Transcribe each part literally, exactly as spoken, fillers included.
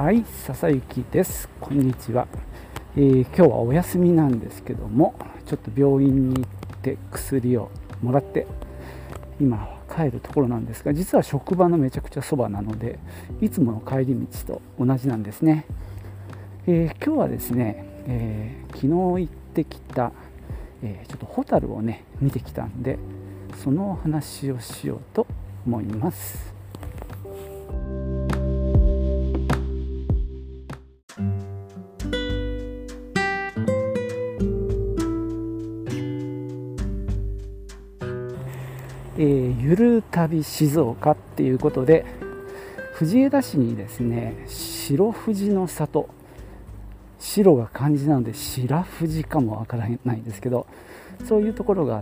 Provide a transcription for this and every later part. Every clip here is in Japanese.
はい、笹雪です。こんにちは。えー、今日はお休みなんですけども、ちょっと病院に行って薬をもらって今帰るところなんですが、実は職場のめちゃくちゃそばなので、いつもの帰り道と同じなんですね。えー、今日はですね、えー、昨日行ってきた、えー、ちょっとホタルをね見てきたんで、そのお話をしようと思います。えー、ゆる旅静岡っていうことで、藤枝市にですね、白藤の里、白が漢字なので白藤かもわからないんですけど、そういうところがあって、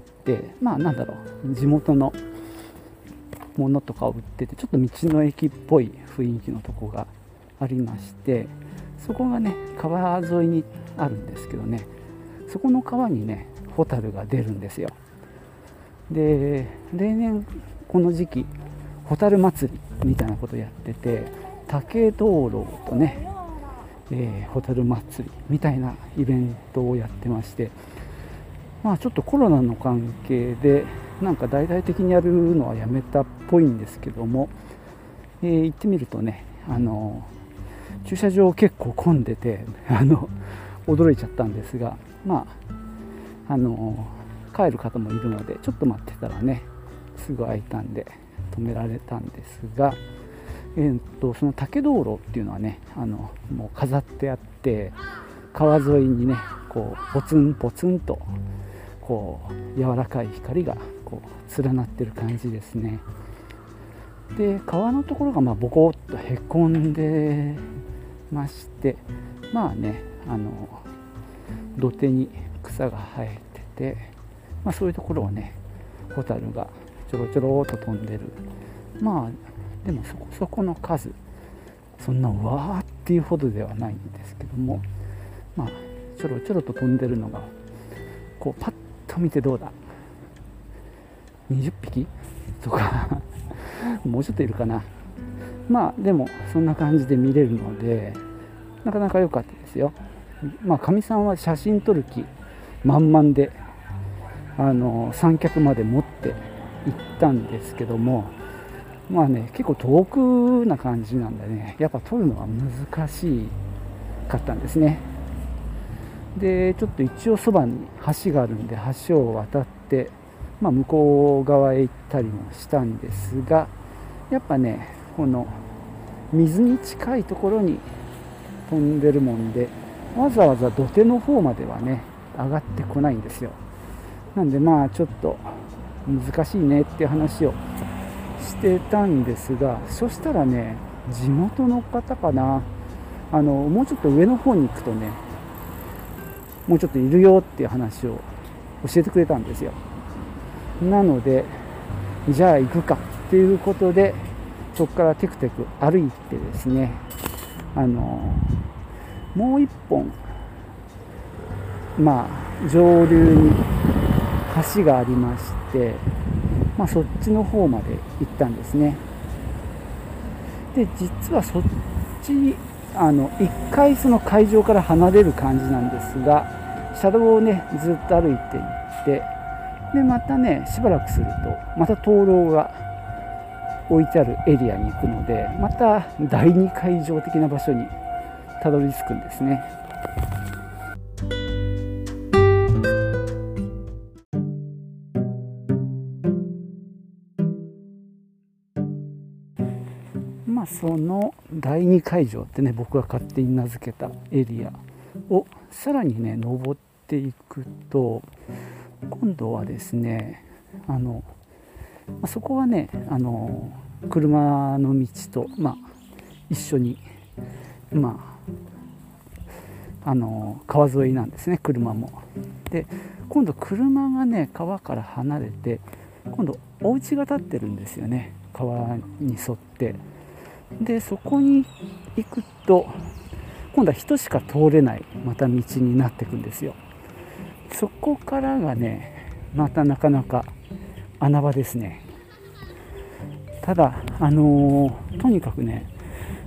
まあなんだろう、地元のものとかを売ってて、ちょっと道の駅っぽい雰囲気のとこがありまして、そこがね川沿いにあるんですけどね、そこの川にねホタルが出るんですよ。で、例年この時期ホタル祭りみたいなことをやってて、竹灯籠とね、えー、ホタル祭りみたいなイベントをやってまして、まあちょっとコロナの関係でなんか大々的にやるのはやめたっぽいんですけども、えー、行ってみるとね、あの駐車場結構混んでてあの驚いちゃったんですが、まああの帰る方もいるので、ちょっと待ってたらねすぐ空いたんで止められたんですが、えー、とその竹灯籠っていうのはね、あのもう飾ってあって、川沿いにねこうポツンポツンとこう柔らかい光がこう連なってる感じですね。で、川のところがまあボコッとへこんでまして、まあね、あの土手に草が生えてて、まあ、そういうところをねホタルがちょろちょろと飛んでる。まあでもそこそこの数、そんなうわーっていうほどではないんですけども、まあちょろちょろと飛んでるのがこうパッと見て、どうだにじゅっぴきとかもうちょっといるかな。まあでもそんな感じで見れるので、なかなか良かったですよ。まあかみさんは写真撮る気満々で、あの三脚まで持って行ったんですけども、まあね結構遠くな感じなんでね、やっぱ撮るのは難しかったんですね。で、ちょっと一応そばに橋があるんで、橋を渡って、まあ、向こう側へ行ったりもしたんですが、やっぱねこの水に近いところに飛んでるもんで、わざわざ土手の方まではね上がってこないんですよ。なんでまあちょっと難しいねっていう話をしてたんですが、そしたらね地元の方かな、あのもうちょっと上の方に行くとねもうちょっといるよっていう話を教えてくれたんですよ。なのでじゃあ行くかっていうことで、そこからテクテク歩いてですね、あのもう一本まあ上流に橋がありまして、まあ、そっちの方まで行ったんですね。で、実はそっちあの一回その会場から離れる感じなんですが、車道をねずっと歩いていって、でまたねしばらくするとまた灯籠が置いてあるエリアに行くので、まただいに会場的な場所にたどり着くんですね。まあそのだいに会場ってね、僕が勝手に名付けたエリアをさらにね登っていくと、今度はですね、あのそこはねあの車の道と、まあ、一緒に、まあ、あの川沿いなんですね、車も。で、今度車がね川から離れて、今度お家が建ってるんですよね、川に沿って。で、そこに行くと今度は人しか通れないまた道になっていくんですよ。そこからがねまたなかなか穴場ですね。ただあのー、とにかくね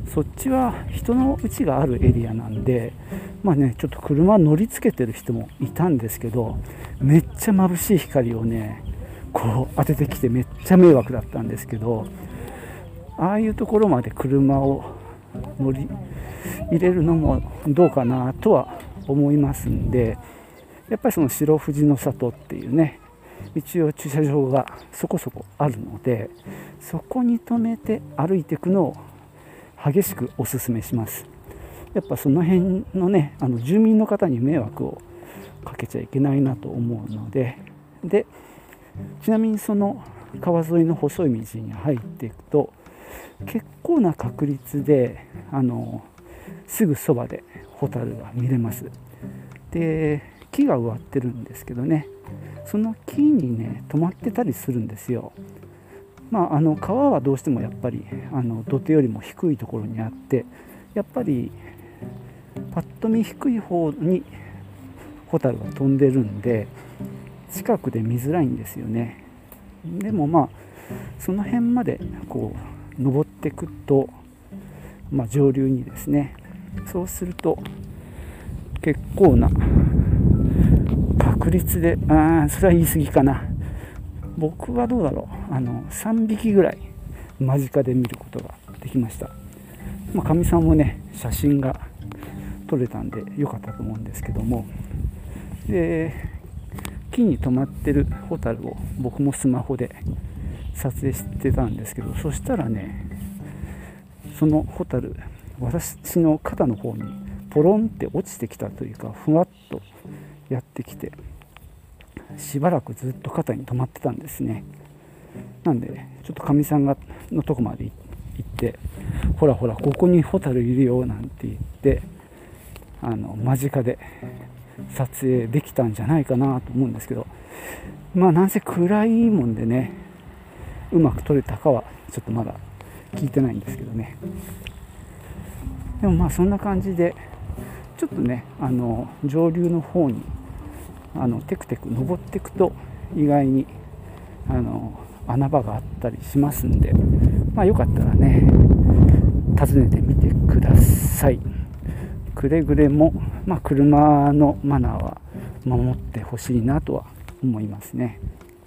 そっちは人の家があるエリアなんで、まあね、ちょっと車乗りつけてる人もいたんですけど、めっちゃ眩しい光をねこう当ててきてめっちゃ迷惑だったんですけど、ああいうところまで車を乗り入れるのもどうかなとは思いますんで、やっぱりその白藤の里っていうね、一応駐車場がそこそこあるので、そこに止めて歩いていくのを激しくお勧めします。やっぱその辺のね、あの住民の方に迷惑をかけちゃいけないなと思うので、でちなみにその川沿いの細い道に入っていくと結構な確率であのすぐそばでホタルが見れます。で木が植わってるんですけどね、その木にね止まってたりするんですよ。まあ、あの川はどうしてもやっぱりあの土手よりも低いところにあって、やっぱりパッと見低い方にホタルが飛んでるんで近くで見づらいんですよね。でもまあその辺までこう登っていくと、まあ、上流にですね、そうすると結構な確率で、あそれは言い過ぎかな、僕はどうだろう、あのさんびきぐらい間近で見ることができました。まあ、かみさんもね写真が撮れたんで良かったと思うんですけども、で木に止まってるホタルを僕もスマホで撮影してたんですけど、そしたらねそのホタル私の肩の方にポロンって落ちてきたというか、ふわっとやってきてしばらくずっと肩に止まってたんですね。なんでちょっとかみさんがのとこまで行ってほらほらここにホタルいるよなんて言ってあの間近で撮影できたんじゃないかなと思うんですけど、まあなんせ暗いもんでねうまく撮れたかはちょっとまだ聞いてないんですけどね。でもまあそんな感じでちょっとねあの上流の方にあのテクテク登っていくと意外にあの穴場があったりしますんで、まあよかったらね訪ねてみてください。くれぐれも、まあ、車のマナーは守ってほしいなとは思いますね。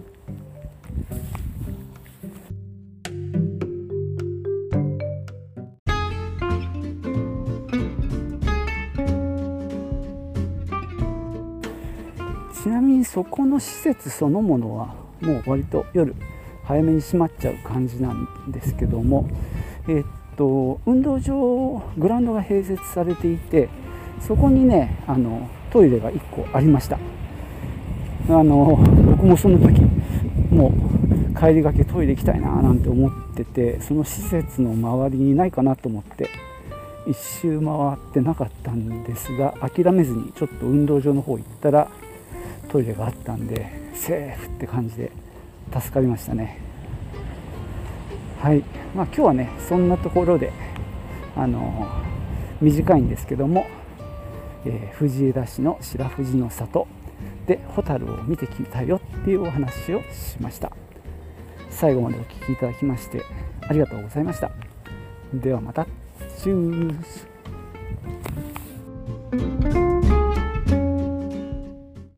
ちなみにそこの施設そのものはもう割と夜早めに閉まっちゃう感じなんですけども、えー、っと運動場グラウンドが併設されていて、そこにねあのトイレがいっこありました。あの僕もその時もう帰りがけトイレ行きたいななんて思ってて、その施設の周りにないかなと思って一周回ってなかったんですが、諦めずにちょっと運動場の方行ったらトイレがあったんでセーフって感じで助かりましたね。はい、まあ、今日はねそんなところであの短いんですけども、えー、藤枝市の白藤の里でホタルを見てきたよっていうお話をしました。最後までお聞きいただきましてありがとうございました。ではまた。チュース。